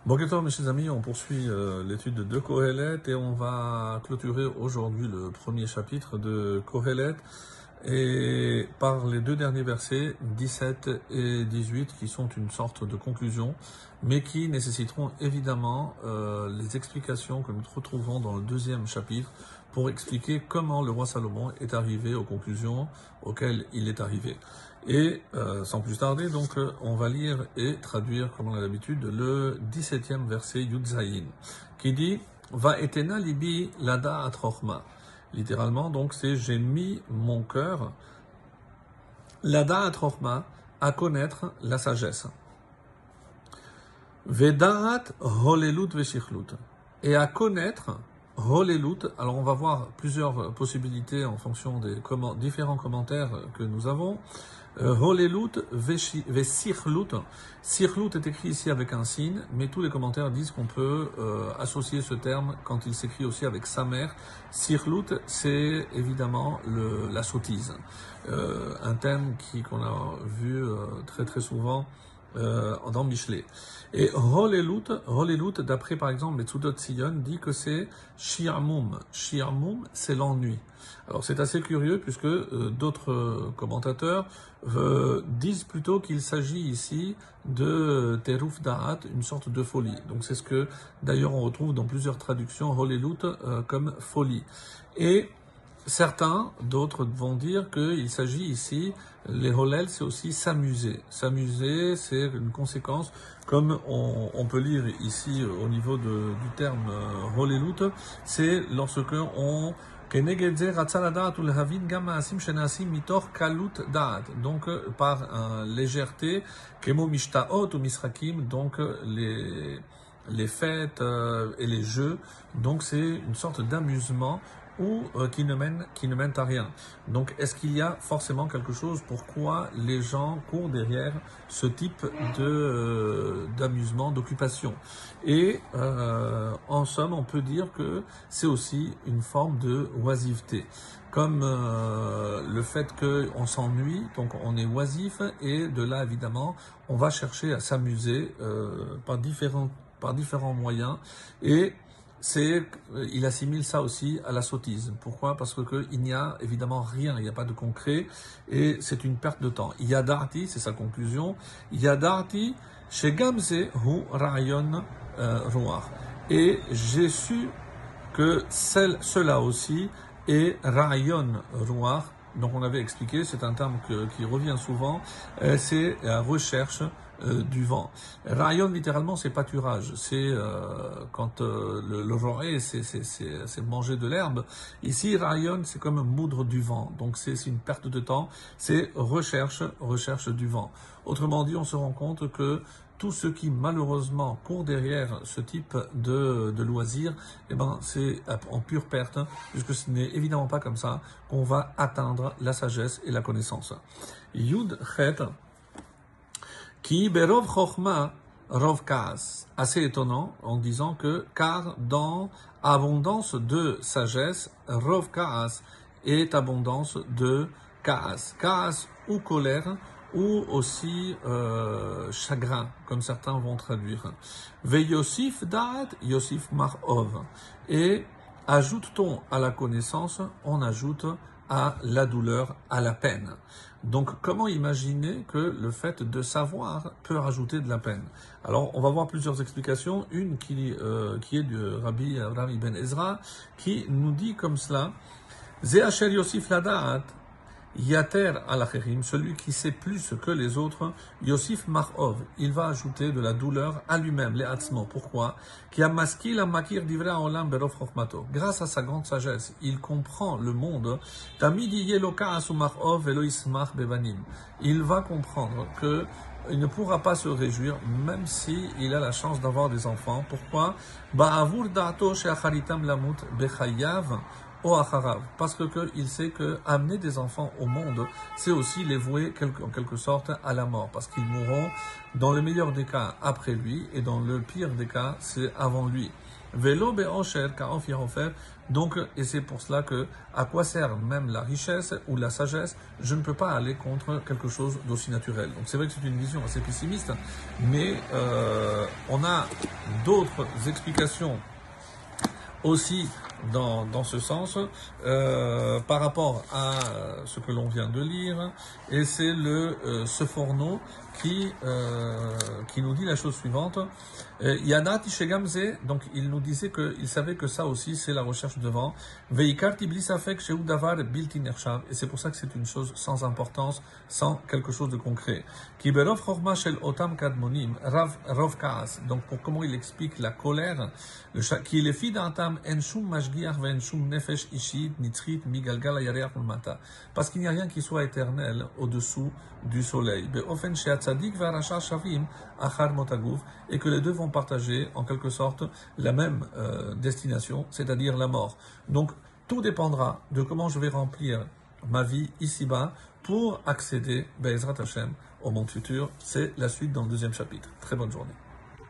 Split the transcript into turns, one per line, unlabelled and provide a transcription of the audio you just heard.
Bonjour mes chers amis, on poursuit l'étude de Kohelet et on va clôturer aujourd'hui le premier chapitre de Kohelet et par les deux derniers versets 17 et 18 qui sont une sorte de conclusion mais qui nécessiteront évidemment les explications que nous retrouvons dans le deuxième chapitre pour expliquer comment le roi Salomon est arrivé aux conclusions auxquelles il est arrivé. Et sans plus tarder, donc, on va lire et traduire, comme on a l'habitude, le 17e verset Yud Zayin, qui dit « Va etena libi lada atrochma ». Littéralement, donc, c'est « J'ai mis mon cœur, lada atrochma, à connaître la sagesse ». Vedarat holelut veshichlut, et à connaître holelut. Alors, on va voir plusieurs possibilités en fonction des différents commentaires que nous avons. Holelut vesirlut. Sirlut est écrit ici avec un signe, mais tous les commentaires disent qu'on peut associer ce terme quand il s'écrit aussi avec sa mère. Sirlut, c'est évidemment la sottise. Un thème qu'on a vu très très souvent dans Michelet. Et Holelut, d'après par exemple Metsudot Sion, dit que c'est Shi'amum. Shi'amum, c'est l'ennui. Alors c'est assez curieux puisque d'autres commentateurs disent plutôt qu'il s'agit ici de Teruf Da'at, une sorte de folie. Donc c'est ce que d'ailleurs on retrouve dans plusieurs traductions Holelut comme folie. Et certains, d'autres vont dire qu'il s'agit ici, les holel, c'est aussi s'amuser. S'amuser, c'est une conséquence, comme on peut lire ici au niveau du terme holelut, c'est lorsque on donc par légèreté, kemo mishtaot ou misrakim, donc les fêtes et les jeux, donc c'est une sorte d'amusement ou qui ne mène à rien. Donc, est-ce qu'il y a forcément quelque chose pourquoi les gens courent derrière ce type d'amusement, d'occupation? Et en somme, on peut dire que c'est aussi une forme de oisiveté. Comme le fait qu'on s'ennuie, donc on est oisif, et de là, évidemment, on va chercher à s'amuser par différents moyens, et il assimile ça aussi à la sottise. Pourquoi? Parce que il n'y a évidemment rien, il n'y a pas de concret, et c'est une perte de temps. Yadarti, c'est sa conclusion. Yadarti, shegamze hu rayon ruach. Et j'ai su que cela aussi est rayon ruach. Donc on avait expliqué, c'est un terme qui revient souvent, c'est la recherche du vent. Rayon, littéralement, c'est pâturage. C'est quand le roré, c'est manger de l'herbe. Ici, rayon, c'est comme moudre du vent. Donc c'est une perte de temps. C'est recherche du vent. Autrement dit, on se rend compte que tout ce qui malheureusement court derrière ce type de loisir, eh ben c'est en pure perte, puisque ce n'est évidemment pas comme ça qu'on va atteindre la sagesse et la connaissance. Yud Chet, qui berov chokhma rov kaas. Assez étonnant en disant que car dans abondance de sagesse, rov kaas est abondance de kaas. Kaas ou colère, ou aussi chagrin, comme certains vont traduire. Ve Yosif Da'at, Yosif Mar'ov. Et ajoute-t-on à la connaissance, on ajoute à la douleur, à la peine. Donc, comment imaginer que le fait de savoir peut rajouter de la peine? Alors, on va voir plusieurs explications. Une qui est de Rabbi Ben Ezra, qui nous dit comme cela, Ze Asher Yosif Lada'at, Yater al-Acherim, celui qui sait plus que les autres, Yosif Mar'ov, il va ajouter de la douleur à lui-même, les atzmo. Pourquoi? Grâce à sa grande sagesse, il comprend le monde. Il va comprendre que il ne pourra pas se réjouir, même si il a la chance d'avoir des enfants. Pourquoi? Parce qu'il sait que amener des enfants au monde, c'est aussi les vouer en quelque sorte à la mort, parce qu'ils mourront dans le meilleur des cas après lui, et dans le pire des cas, c'est avant lui. Vélo be'osher ka'of yahofer. Donc, et c'est pour cela que, à quoi sert même la richesse ou la sagesse? Je ne peux pas aller contre quelque chose d'aussi naturel. Donc, c'est vrai que c'est une vision assez pessimiste, mais on a d'autres explications aussi dans ce sens par rapport à ce que l'on vient de lire, et c'est le Seforno qui nous dit la chose suivante. Yanati Shegamze, donc il nous disait qu'il savait que ça aussi c'est la recherche de vent. Veikarti blisafek sheudavar bilti nershav, et c'est pour ça que c'est une chose sans importance, sans quelque chose de concret. Kiberov chorma shel otam kadmonim rov kaas, donc pour comment il explique la colère, qui est fi d'antam en shum mashgiach ven shum nefesh ishit nitzrit migalgal ayareach ulmata, parce qu'il n'y a rien qui soit éternel au-dessous du soleil. Beofen sheatzadik varasha shavim achar motaguf, et que les deux vont partager en quelque sorte la même destination, c'est-à-dire la mort. Donc tout dépendra de comment je vais remplir ma vie ici-bas pour accéder, Be'ezrat Hashem, au monde futur. C'est la suite dans le deuxième chapitre. Très bonne journée.